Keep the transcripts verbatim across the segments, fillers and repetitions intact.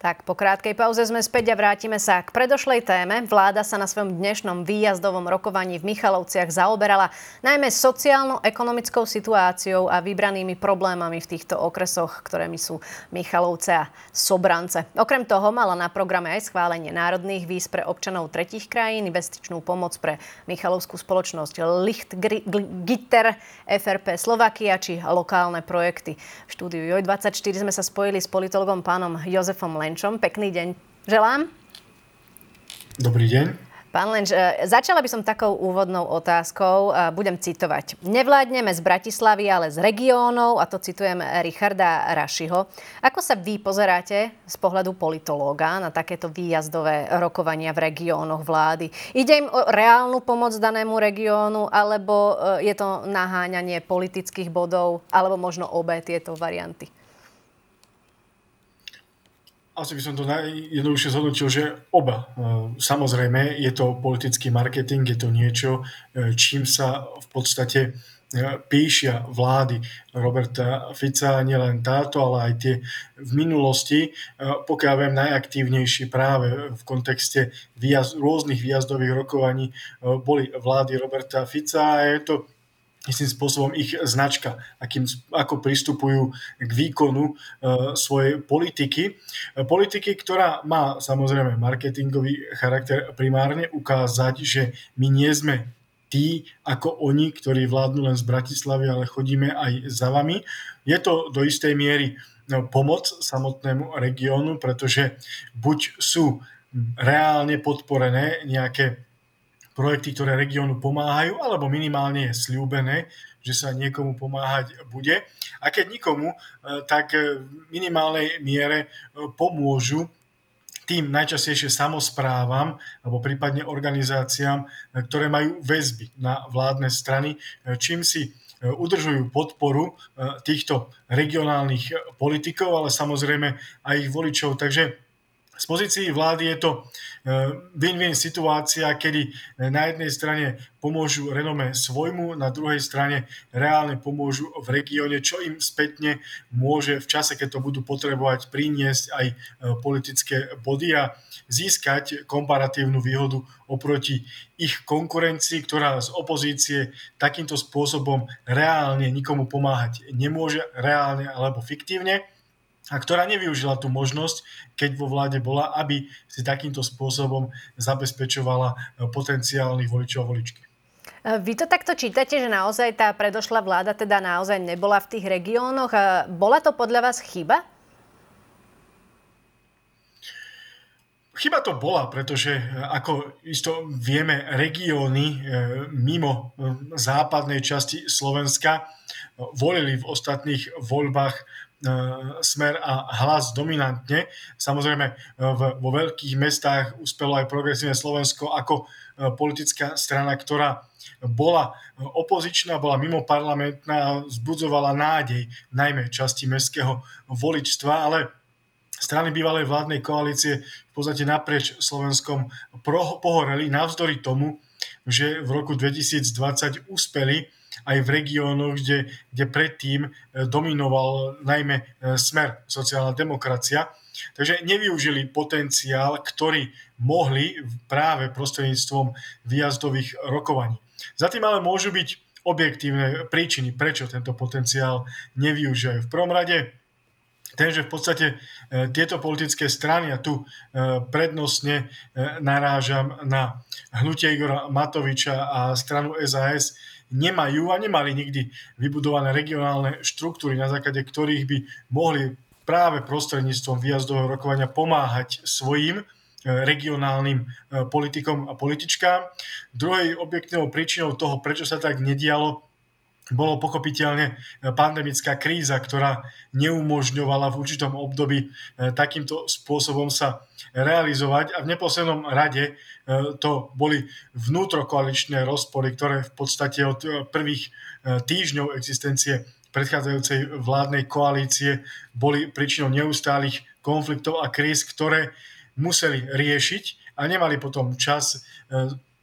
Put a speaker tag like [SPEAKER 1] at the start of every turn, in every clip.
[SPEAKER 1] Tak, po krátkej pauze sme späť a vrátime sa k predošlej téme. Vláda sa na svojom dnešnom výjazdovom rokovaní v Michalovciach zaoberala najmä sociálno-ekonomickou situáciou a vybranými problémami v týchto okresoch, ktorými sú Michalovce a Sobrance. Okrem toho mala na programe aj schválenie národných víz pre občanov tretích krajín, investičnú pomoc pre michalovskú spoločnosť Lichtgitter, ef er pé Slovakia či lokálne projekty. V štúdiu Joj dvadsaťštyri sme sa spojili s politologom pánom Jozefom Lenčom. Pekný deň želám.
[SPEAKER 2] Dobrý deň.
[SPEAKER 1] Pán Lenč, začala by som takou úvodnou otázkou. Budem citovať. Nevládneme z Bratislavy, ale z regiónov, a to citujem Richarda Rašiho. Ako sa vy pozeráte z pohľadu politológa na takéto výjazdové rokovania v regiónoch vlády? Ide im o reálnu pomoc danému regiónu, alebo je to naháňanie politických bodov, alebo možno obe tieto varianty?
[SPEAKER 2] Asi by som to najjednoduchšie zhodnotil, že oba. Samozrejme, je to politický marketing, je to niečo, čím sa v podstate píšia vlády Roberta Fica, nielen táto, ale aj tie v minulosti, pokiaľ viem, najaktívnejší práve v kontexte výjazd, rôznych výjazdových rokovaní boli vlády Roberta Fica a je to istým spôsobom ich značka, akým, ako pristupujú k výkonu e, svojej politiky. E, politiky, ktorá má samozrejme marketingový charakter, primárne ukázať, že my nie sme tí ako oni, ktorí vládnu len z Bratislavy, ale chodíme aj za vami. Je to do istej miery no, pomoc samotnému regiónu, pretože buď sú reálne podporené nejaké projekty, ktoré regiónu pomáhajú, alebo minimálne je sľúbené, že sa niekomu pomáhať bude. A keď nikomu, tak v minimálnej miere pomôžu tým najčastejšie samosprávam alebo prípadne organizáciám, ktoré majú väzby na vládne strany, čím si udržujú podporu týchto regionálnych politikov, ale samozrejme aj ich voličov. Takže z pozícií vlády je to win-win situácia, kedy na jednej strane pomôžu renome svojmu, na druhej strane reálne pomôžu v regióne, čo im spätne môže v čase, keď to budú potrebovať, priniesť aj politické body a získať komparatívnu výhodu oproti ich konkurencii, ktorá z opozície takýmto spôsobom reálne nikomu pomáhať nemôže, reálne alebo fiktívne, a ktorá nevyužila tú možnosť, keď vo vláde bola, aby si takýmto spôsobom zabezpečovala potenciálnych voličov a voličky.
[SPEAKER 1] Vy to takto čítate, že naozaj tá predošlá vláda teda naozaj nebola v tých regiónoch. Bola to podľa vás chyba?
[SPEAKER 2] Chyba to bola, pretože ako isto vieme, regióny mimo západnej časti Slovenska volili v ostatných voľbách Smer a Hlas dominantne. Samozrejme, vo veľkých mestách uspelo aj Progresívne Slovensko ako politická strana, ktorá bola opozičná, bola mimoparlamentná a vzbudzovala nádej najmä časti mestského voličstva, ale strany bývalej vládnej koalície v podstate naprieč Slovenskom pohoreli navzdory tomu, že v roku dvetisícdvadsať uspeli aj v regiónoch, kde, kde predtým dominoval najmä Smer, sociálna demokracia. Takže nevyužili potenciál, ktorý mohli práve prostredníctvom výjazdových rokovaní. Za tým ale môžu byť objektívne príčiny, prečo tento potenciál nevyužijú. V prvom rade ten, že v podstate tieto politické strany, a tu prednostne narážam na hnutie Igora Matoviča a stranu es a es, nemajú a nemali nikdy vybudované regionálne štruktúry, na základe ktorých by mohli práve prostredníctvom výjazdového rokovania pomáhať svojim regionálnym politikom a političkám. Druhej objektívnou príčinou toho, prečo sa tak nedialo, bolo pochopiteľne pandemická kríza, ktorá neumožňovala v určitom období takýmto spôsobom sa realizovať. A v neposlednom rade to boli vnútrokoaličné rozpory, ktoré v podstate od prvých týždňov existencie predchádzajúcej vládnej koalície boli príčinou neustálych konfliktov a kríz, ktoré museli riešiť a nemali potom čas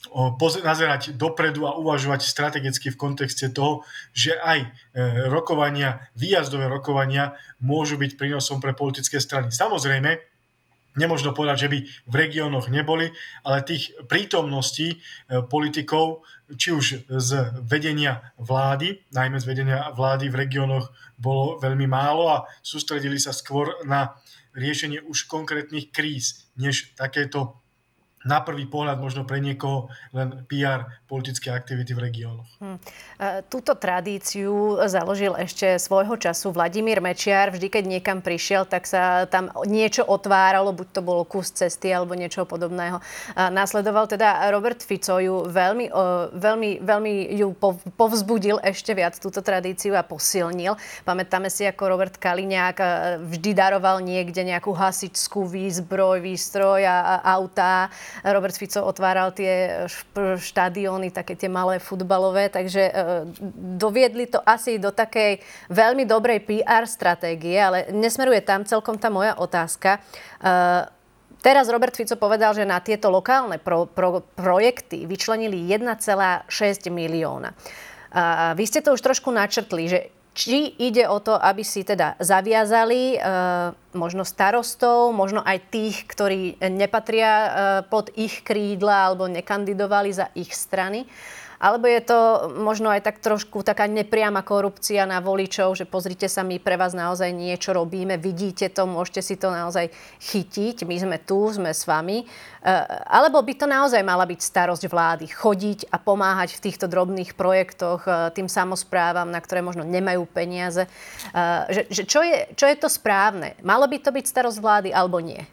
[SPEAKER 2] nazerať dopredu a uvažovať strategicky v kontexte toho, že aj rokovania, výjazdové rokovania môžu byť prínosom pre politické strany. Samozrejme, nemožno povedať, že by v regiónoch neboli, ale tých prítomností politikov, či už z vedenia vlády, najmä z vedenia vlády v regiónoch bolo veľmi málo a sústredili sa skôr na riešenie už konkrétnych kríz, než takéto na prvý pohľad možno pre niekoho len pé er politické aktivity v regiónoch. Hmm.
[SPEAKER 1] Túto tradíciu založil ešte svojho času Vladimír Mečiar. Vždy, keď niekam prišiel, tak sa tam niečo otváralo, buď to bolo kus cesty alebo niečo podobného. Následoval teda Robert Fico, ju veľmi, veľmi, veľmi ju povzbudil ešte viac túto tradíciu a posilnil. Pamätáme si, ako Robert Kaliňák vždy daroval niekde nejakú hasičskú výzbroj, výstroj a, a autá. Robert Fico otváral tie štadióny, také tie malé futbalové, takže doviedli to asi do takej veľmi dobrej pé er stratégie, ale nesmeruje tam celkom tá moja otázka. Teraz Robert Fico povedal, že na tieto lokálne pro, pro, projekty vyčlenili jeden celá šesť milióna. Vy ste to už trošku načrtli, že či ide o to, aby si teda zaviazali e, možno starostov, možno aj tých, ktorí nepatria e, pod ich krídla alebo nekandidovali za ich strany, alebo je to možno aj tak trošku taká nepriama korupcia na voličov, že pozrite sa, my pre vás naozaj niečo robíme, vidíte to, môžete si to naozaj chytiť, my sme tu, sme s vami. Alebo by to naozaj mala byť starosť vlády, chodiť a pomáhať v týchto drobných projektoch tým samosprávam, na ktoré možno nemajú peniaze. Že, že čo je, čo je to správne? Malo by to byť starosť vlády alebo nie?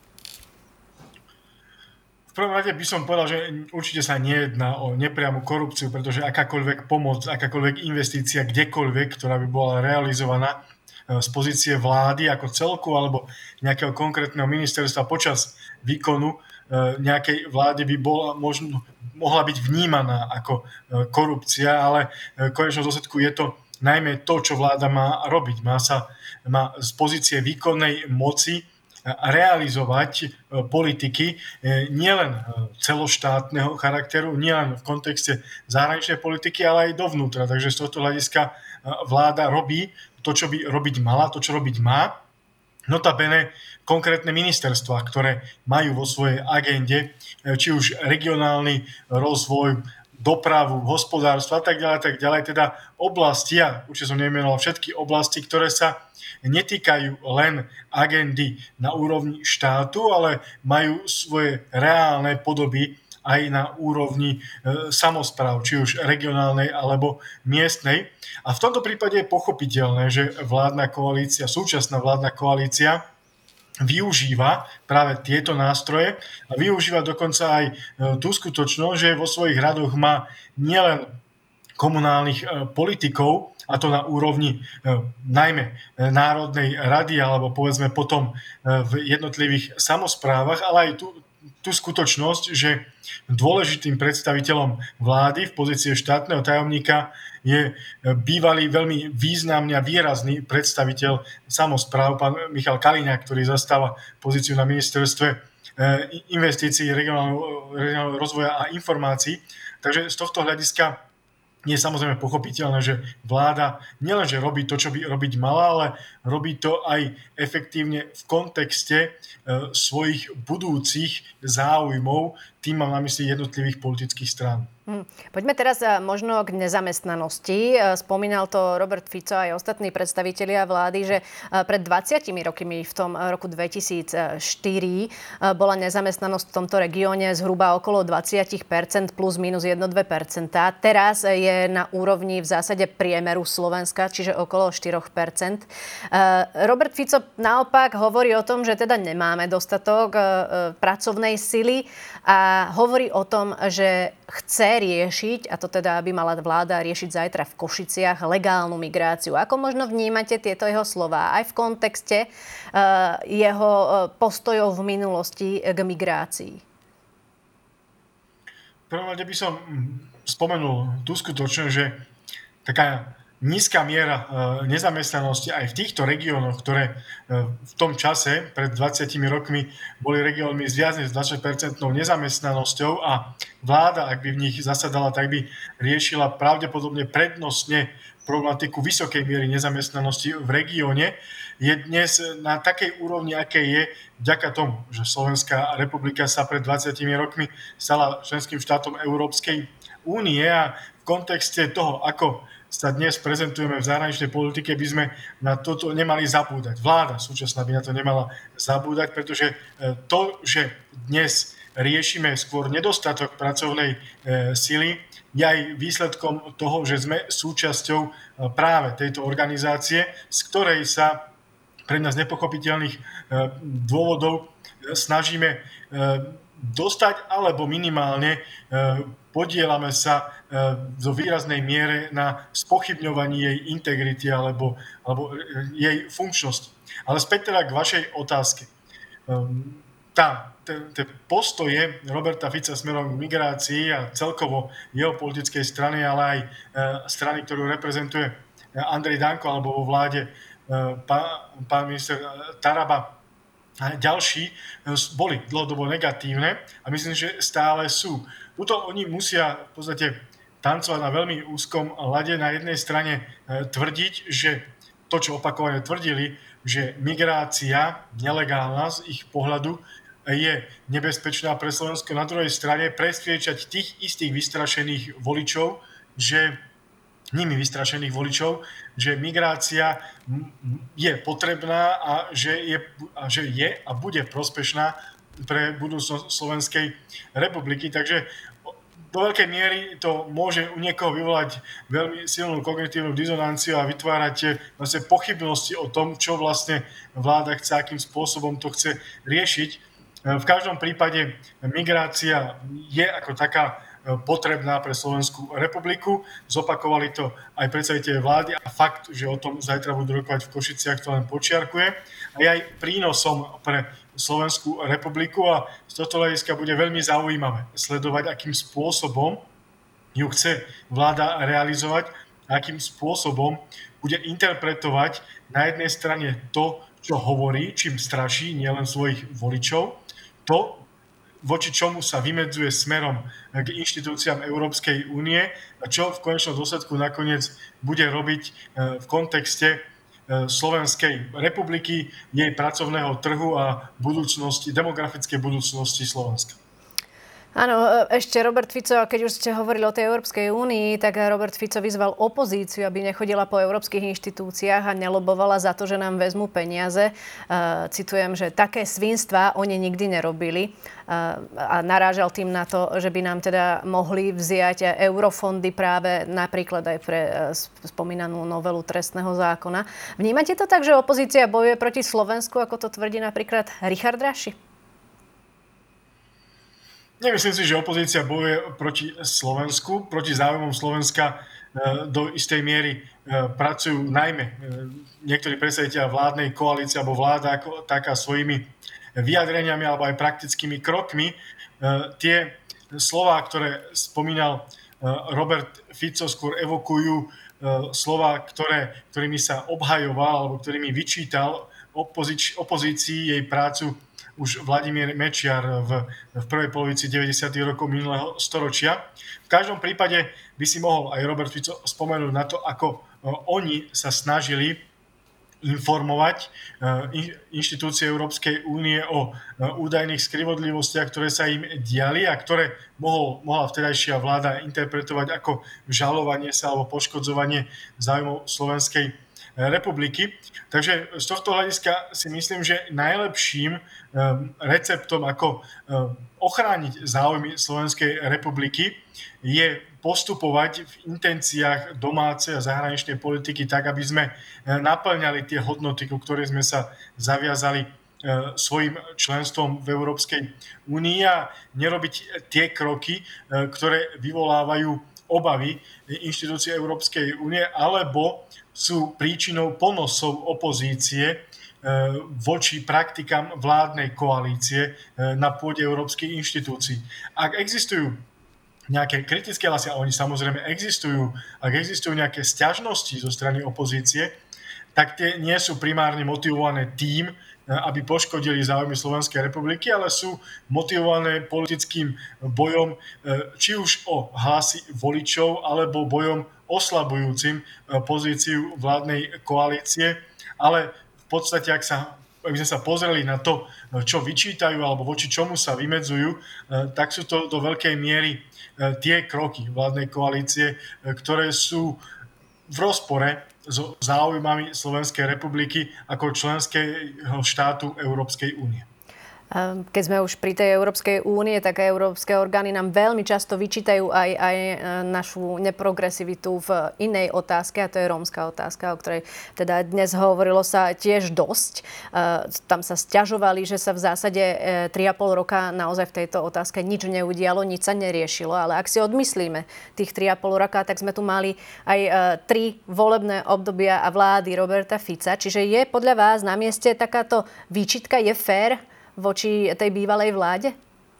[SPEAKER 2] V prvom rade by som povedal, že určite sa nejedná o nepriamu korupciu, pretože akákoľvek pomoc, akákoľvek investícia kdekoľvek, ktorá by bola realizovaná z pozície vlády ako celku alebo nejakého konkrétneho ministerstva počas výkonu nejakej vlády by bola možno, mohla byť vnímaná ako korupcia, ale v konečnom dôsledku je to najmä to, čo vláda má robiť. Má sa má z pozície výkonnej moci realizovať politiky nielen celoštátneho charakteru, nielen v kontexte zahraničnej politiky, ale aj dovnútra. Takže z tohto hľadiska vláda robí to, čo by robiť mala, to, čo robiť má. Notabene konkrétne ministerstvá, ktoré majú vo svojej agende či už regionálny rozvoj, dopravu, hospodárstvo a tak ďalej, tak ďalej, teda oblasti, a určite som nemenoval všetky oblasti, ktoré sa netýkajú len agendy na úrovni štátu, ale majú svoje reálne podoby aj na úrovni e, samospráv, či už regionálnej alebo miestnej. A v tomto prípade je pochopiteľné, že vládna koalícia, súčasná vládna koalícia využíva práve tieto nástroje a využíva dokonca aj e, tú skutočnosť, že vo svojich radoch má nielen komunálnych e, politikov, a to na úrovni e, najmä Národnej rady alebo povedzme potom e, v jednotlivých samosprávach, ale aj tú, tú skutočnosť, že dôležitým predstaviteľom vlády v pozícii štátneho tajomníka je bývalý veľmi významný a výrazný predstaviteľ samospráv, pán Michal Kaliňák, ktorý zastáva pozíciu na ministerstve investícií, regionálneho rozvoja a informácií. Takže z tohto hľadiska je samozrejme pochopiteľné, že vláda nielenže robí to, čo by robiť mala, ale robí to aj efektívne v kontexte e, svojich budúcich záujmov, tým mám na mysli jednotlivých politických strán.
[SPEAKER 1] Hmm. Poďme teraz možno k nezamestnanosti. Spomínal to Robert Fico aj ostatní predstavitelia vlády, že pred dvadsiatimi rokmi v tom roku dvetisícštyri bola nezamestnanosť v tomto regióne zhruba okolo dvadsať percent plus minus jedno až dve percentá. Teraz je na úrovni v zásade priemeru Slovenska, čiže okolo štyri percentá. Robert Fico naopak hovorí o tom, že teda nemáme dostatok pracovnej sily a hovorí o tom, že chce riešiť, a to teda by mala vláda riešiť zajtra v Košiciach, legálnu migráciu. Ako možno vnímate tieto jeho slová aj v kontexte uh, jeho postojov v minulosti k migrácii?
[SPEAKER 2] V prvom rade by som spomenul tú skutočnosť, že taká nízka miera nezamestnanosti aj v týchto regiónoch, ktoré v tom čase, pred dvadsiatimi rokmi, boli regiónmi s viac než dvadsaťpercentnou nezamestnanosťou a vláda, ak by v nich zasadala, tak by riešila pravdepodobne prednostne problematiku vysokej miery nezamestnanosti v regióne, je dnes na takej úrovni, aké je, vďaka tomu, že Slovenská republika sa pred dvadsiatimi rokmi stala členským štátom Európskej únie a v kontexte toho, ako sa dnes prezentujeme v zahraničnej politike, by sme na toto nemali zabúdať. Vláda súčasná by na to nemala zabúdať, pretože to, že dnes riešime skôr nedostatok pracovnej sily, je aj výsledkom toho, že sme súčasťou práve tejto organizácie, z ktorej sa pre nás nepochopiteľných dôvodov snažíme dostať, alebo minimálne podieľame sa vo výraznej miere na spochybňovaní jej integrity alebo, alebo jej funkčnosti. Ale späť teda k vašej otázke. Tá, tie postoje Roberta Fica smerom k migrácii a celkovo jeho politickej strany, ale aj strany, ktorú reprezentuje Andrej Danko alebo vo vláde pán, pán minister Taraba a ďalší, boli dlhodobo negatívne a myslím, že stále sú. Tuto oni musia v podstate tancovať na veľmi úzkom ľade. Na jednej strane tvrdiť, že to, čo opakovane tvrdili, že migrácia nelegálna z ich pohľadu je nebezpečná pre Slovensko. Na druhej strane presviečať tých istých vystrašených voličov, že nimi vystrašených voličov, že migrácia je potrebná a že je, a že je a bude prospešná pre budúcnosť Slovenskej republiky. Takže do veľkej miery to môže u niekoho vyvolať veľmi silnú kognitívnu dizonanciu a vytvárať vlastne pochybnosti o tom, čo vlastne vláda chce, akým spôsobom to chce riešiť. V každom prípade migrácia je ako taká potrebná pre Slovenskú republiku. Zopakovali to aj predstavitelia vlády a fakt, že o tom zajtra budú rokovať v Košiciach, to len počiarkuje. A je aj prínosom pre Slovenskú republiku a z tohto hľadiska bude veľmi zaujímavé sledovať, akým spôsobom ju chce vláda realizovať a akým spôsobom bude interpretovať na jednej strane to, čo hovorí, čím straší nielen svojich voličov, to, voči čomu sa vymedzuje smerom k inštitúciám Európskej únie a čo v konečnom dôsledku nakoniec bude robiť v kontexte Slovenskej republiky, jej pracovného trhu a budúcnosti, demografickej budúcnosti Slovenska.
[SPEAKER 1] Áno, ešte Robert Fico, keď už ste hovorili o tej Európskej únii, tak Robert Fico vyzval opozíciu, aby nechodila po európskych inštitúciách a nelobovala za to, že nám vezmú peniaze. Citujem, že také svinstvá oni nikdy nerobili a narážal tým na to, že by nám teda mohli vziať eurofondy práve napríklad aj pre spomínanú novelu trestného zákona. Vnímate to tak, že opozícia bojuje proti Slovensku, ako to tvrdí napríklad Richard Raši?
[SPEAKER 2] Nemyslím si, že opozícia bojuje proti Slovensku, proti záujmom Slovenska do istej miery pracujú najmä niektorí predstavitelia vládnej koalície alebo vláda ako taká svojimi vyjadreniami alebo aj praktickými krokmi. Tie slová, ktoré spomínal Robert Fico, skôr evokujú slová, ktoré, ktorými sa obhajoval alebo ktorými vyčítal opozíci- opozícii jej prácu už Vladimír Mečiar v, v prvej polovici deväťdesiatych rokov minulého storočia. V každom prípade by si mohol aj Robert Fico spomenúť na to, ako oni sa snažili informovať inštitúcie Európskej únie o údajných skrivodlivostiach, ktoré sa im diali a ktoré mohol, mohla vtedajšia vláda interpretovať ako žalovanie sa alebo poškodzovanie záujmov Slovenskej republiky. Takže z tohto hľadiska si myslím, že najlepším receptom, ako ochrániť záujmy Slovenskej republiky, je postupovať v intenciách domácej a zahraničnej politiky tak, aby sme naplňali tie hodnoty, ku ktorým sme sa zaviazali svojim členstvom v Európskej únii a nerobiť tie kroky, ktoré vyvolávajú obavy inštitúcií Európskej únie alebo sú príčinou ponosov opozície voči praktikám vládnej koalície na pôde európskych inštitúcií. Ak existujú nejaké kritické hlasy, a oni samozrejme existujú, ak existujú nejaké sťažnosti zo strany opozície, tak tie nie sú primárne motivované tým, aby poškodili záujmy Slovenskej republiky, ale sú motivované politickým bojom, či už o hlasy voličov, alebo bojom oslabujúcim pozíciu vládnej koalície. Ale v podstate, ak sa ak sme sa pozreli na to, čo vyčítajú alebo voči čomu sa vymedzujú, tak sú to do veľkej miery tie kroky vládnej koalície, ktoré sú v rozpore so záujmami Slovenskej republiky ako členského štátu Európskej únie.
[SPEAKER 1] Keď sme už pri tej Európskej únie, tak európske orgány nám veľmi často vyčítajú aj, aj našu neprogresivitu v inej otázke, a to je rómska otázka, o ktorej teda dnes hovorilo sa tiež dosť. Tam sa sťažovali, že sa v zásade tri a pol roka naozaj v tejto otázke nič neudialo, nič sa neriešilo, ale ak si odmyslíme tých tri a pol roka, tak sme tu mali aj tri volebné obdobia a vlády Roberta Fica. Čiže je podľa vás na mieste takáto výčitka, je fér voči tej bývalej vláde?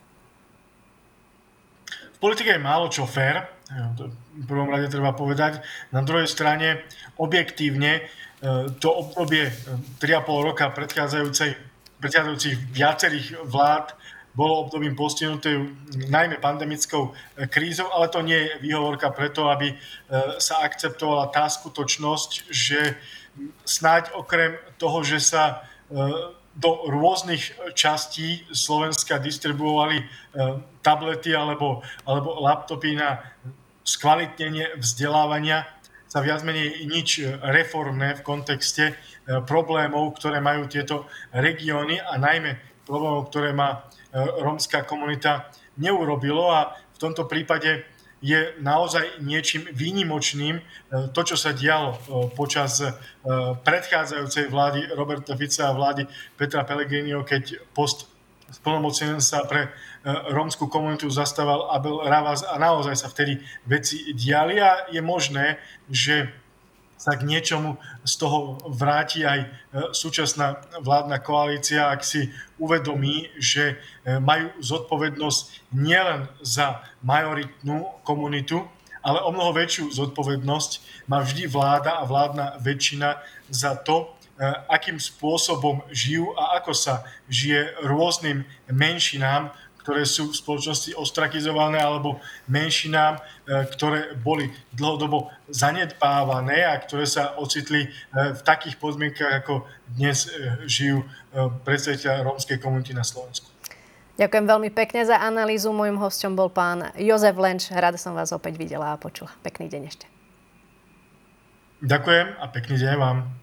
[SPEAKER 2] V politike je málo čo fér, to v prvom rade treba povedať. Na druhej strane, objektívne, to obdobie tri a pol roka predchádzajúcich viacerých vlád bolo obdobím postihnuté najmä pandemickou krízou, ale to nie je výhovorka preto, aby sa akceptovala tá skutočnosť, že snáď okrem toho, že sa do rôznych častí Slovenska distribuovali tablety alebo, alebo laptopy na skvalitnenie vzdelávania, sa viac menej nič reformné v kontexte problémov, ktoré majú tieto regióny a najmä problémov, ktoré má rómska komunita, neurobilo. A v tomto prípade je naozaj niečím výnimočným to, čo sa dialo počas predchádzajúcej vlády Roberta Fica a vlády Petra Pellegriniho, keď post splnomocnenca pre rómsku komunitu zastával Abel Ravaz a naozaj sa vtedy veci diali a je možné, že sa k niečomu z toho vráti aj súčasná vládna koalícia, ak si uvedomí, že majú zodpovednosť nielen za majoritnú komunitu, ale o mnoho väčšiu zodpovednosť má vždy vláda a vládna väčšina za to, akým spôsobom žijú a ako sa žije rôznym menšinám, ktoré sú v spoločnosti ostrakizované, alebo menšinám, ktoré boli dlhodobo zanedbávané a ktoré sa ocitli v takých podmienkach, ako dnes žijú predstavitelia rómskej komunity na Slovensku.
[SPEAKER 1] Ďakujem veľmi pekne za analýzu. Mojím hosťom bol pán Jozef Lenč. Rada som vás opäť videla a počula. Pekný deň ešte.
[SPEAKER 2] Ďakujem a pekný deň vám.